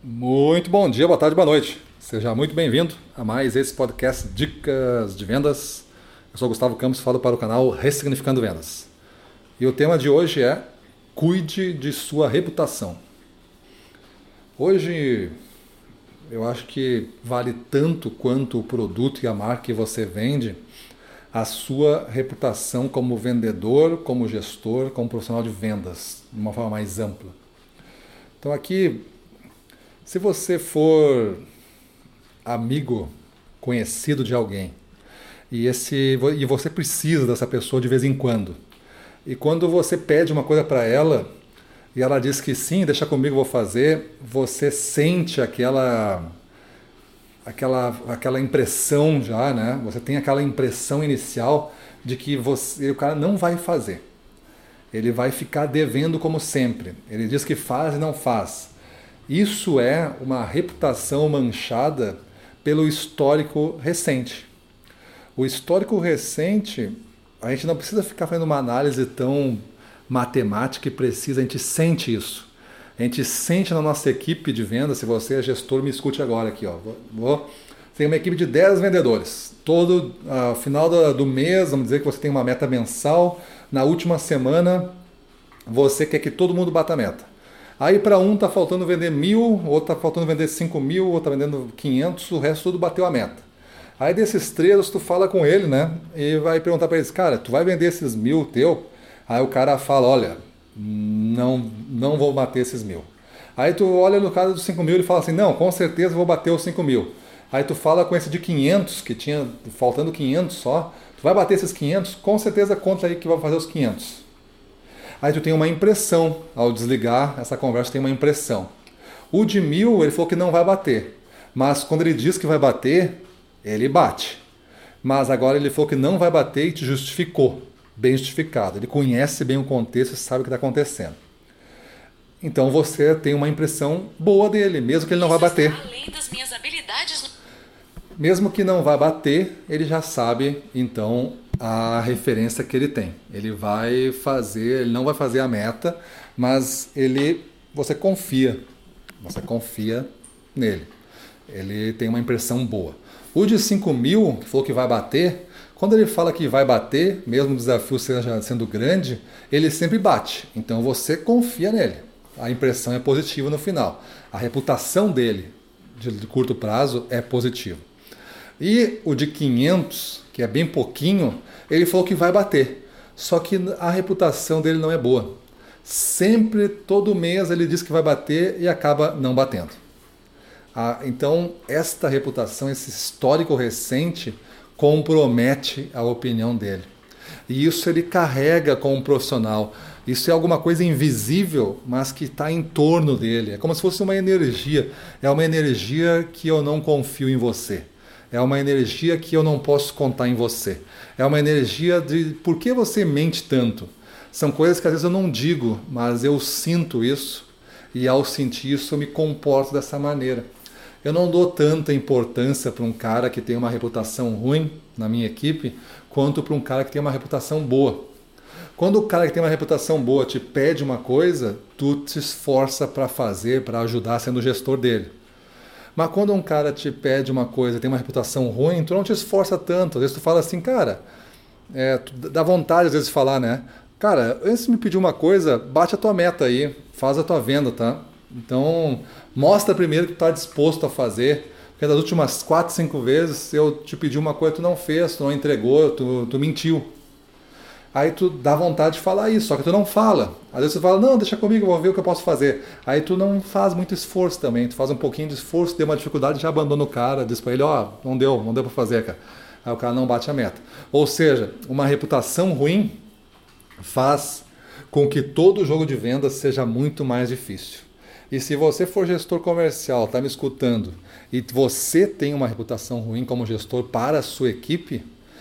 Muito bom dia, boa tarde, boa noite. Seja muito bem-vindo a mais esse podcast Dicas de Vendas. Eu sou Gustavo Campos, falo para o canal Ressignificando Vendas. E o tema de hoje é Cuide de sua reputação. Hoje eu acho que vale tanto quanto o produto e a marca que você vende, a sua reputação como vendedor, como gestor, como profissional de vendas, de uma forma mais ampla. Então aqui, se você for amigo, conhecido de alguém, e você precisa dessa pessoa de vez em quando, e quando você pede uma coisa para ela, e ela diz que sim, deixa comigo, vou fazer, você sente aquela impressão já, né? Você tem aquela impressão inicial de que o cara não vai fazer. Ele vai ficar devendo como sempre. Ele diz que faz e não faz. Isso é uma reputação manchada pelo histórico recente. O histórico recente, a gente não precisa ficar fazendo uma análise tão matemática e precisa, a gente sente isso. A gente sente na nossa equipe de venda, se você é gestor, me escute agora aqui. Tem uma equipe de 10 vendedores. Todo final do mês, vamos dizer que você tem uma meta mensal, na última semana você quer que todo mundo bata a meta. Aí para um está faltando vender 1.000, outro está faltando vender 5.000, outro está vendendo 500, o resto tudo bateu a meta. Aí desses três tu fala com ele, né? E vai perguntar para eles, cara, tu vai vender esses 1.000 teu? Aí o cara fala, olha, não vou bater esses 1.000. Aí tu olha no caso dos 5.000 e ele fala assim, não, com certeza vou bater os 5.000. Aí tu fala com esse de 500, que tinha faltando 500 só, tu vai bater esses 500? Com certeza conta aí que vai fazer os 500. Aí tu tem uma impressão, ao desligar essa conversa tem uma impressão. O de 1.000 ele falou que não vai bater, mas quando ele diz que vai bater, ele bate. Mas agora ele falou que não vai bater e te justificou, bem justificado. Ele conhece bem o contexto e sabe o que está acontecendo. Então você tem uma impressão boa dele, mesmo que ele não vá bater. Além das minhas habilidades. Mesmo que não vá bater, ele já sabe, então, a referência que ele tem. Ele não vai fazer a meta, mas você confia nele. Ele tem uma impressão boa. O de 5.000, que falou que vai bater, quando ele fala que vai bater, mesmo o desafio seja sendo grande, ele sempre bate. Então você confia nele. A impressão é positiva no final. A reputação dele, de curto prazo, é positiva. E o de 500, que é bem pouquinho, ele falou que vai bater. Só que a reputação dele não é boa. Sempre, todo mês, ele diz que vai bater e acaba não batendo. Então, esta reputação, esse histórico recente, compromete a opinião dele. E isso ele carrega como profissional. Isso é alguma coisa invisível, mas que está em torno dele. É como se fosse uma energia. É uma energia que eu não confio em você. É uma energia que eu não posso contar em você. É uma energia de por que você mente tanto? São coisas que às vezes eu não digo, mas eu sinto isso. E ao sentir isso eu me comporto dessa maneira. Eu não dou tanta importância para um cara que tem uma reputação ruim na minha equipe, quanto para um cara que tem uma reputação boa. Quando o cara que tem uma reputação boa te pede uma coisa, tu te esforça para fazer, para ajudar sendo o gestor dele. Mas quando um cara te pede uma coisa e tem uma reputação ruim, tu não te esforça tanto. Às vezes tu fala assim, cara, dá vontade às vezes de falar, né? Cara, antes de me pedir uma coisa, bate a tua meta aí, faz a tua venda, tá? Então, mostra primeiro que tu está disposto a fazer. Porque das últimas 4, 5 vezes eu te pedi uma coisa, tu não fez, tu não entregou, tu mentiu. Aí tu dá vontade de falar isso, só que tu não fala. Às vezes tu fala, não, deixa comigo, eu vou ver o que eu posso fazer. Aí tu não faz muito esforço também, tu faz um pouquinho de esforço, deu uma dificuldade, já abandona o cara, diz pra ele, não deu pra fazer, cara. Aí o cara não bate a meta. Ou seja, uma reputação ruim faz com que todo jogo de vendas seja muito mais difícil. E se você for gestor comercial, tá me escutando, e você tem uma reputação ruim como gestor para a sua equipe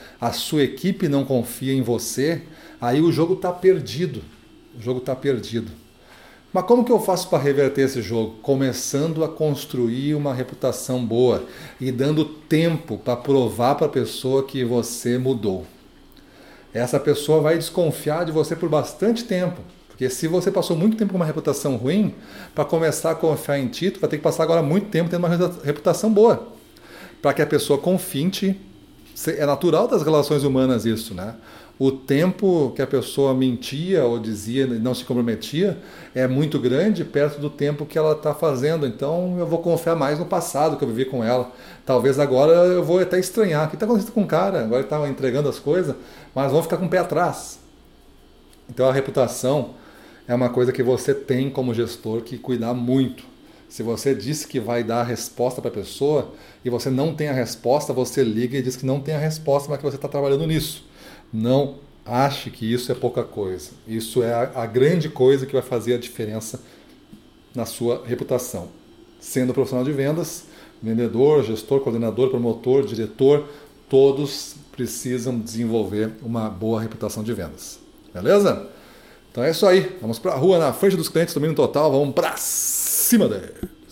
não confia em você, aí o jogo está perdido. O jogo está perdido. Mas como que eu faço para reverter esse jogo? Começando a construir uma reputação boa e dando tempo para provar para a pessoa que você mudou. Essa pessoa vai desconfiar de você por bastante tempo. Porque se você passou muito tempo com uma reputação ruim, para começar a confiar em ti, tu vai ter que passar agora muito tempo tendo uma reputação boa. Para que a pessoa confie em ti. É natural das relações humanas isso, né? O tempo que a pessoa mentia ou dizia e não se comprometia é muito grande perto do tempo que ela está fazendo. Então eu vou confiar mais no passado que eu vivi com ela. Talvez agora eu vou até estranhar. O que está acontecendo com o cara? Agora ele está entregando as coisas, mas vão ficar com o pé atrás. Então a reputação é uma coisa que você tem como gestor que cuidar muito. Se você disse que vai dar a resposta para a pessoa e você não tem a resposta, você liga e diz que não tem a resposta, mas que você está trabalhando nisso. Não ache que isso é pouca coisa. Isso é a grande coisa que vai fazer a diferença na sua reputação. Sendo profissional de vendas, vendedor, gestor, coordenador, promotor, diretor, todos precisam desenvolver uma boa reputação de vendas. Beleza? Então é isso aí. Vamos para a rua, na frente dos clientes, domínio total. Vamos para cima dele.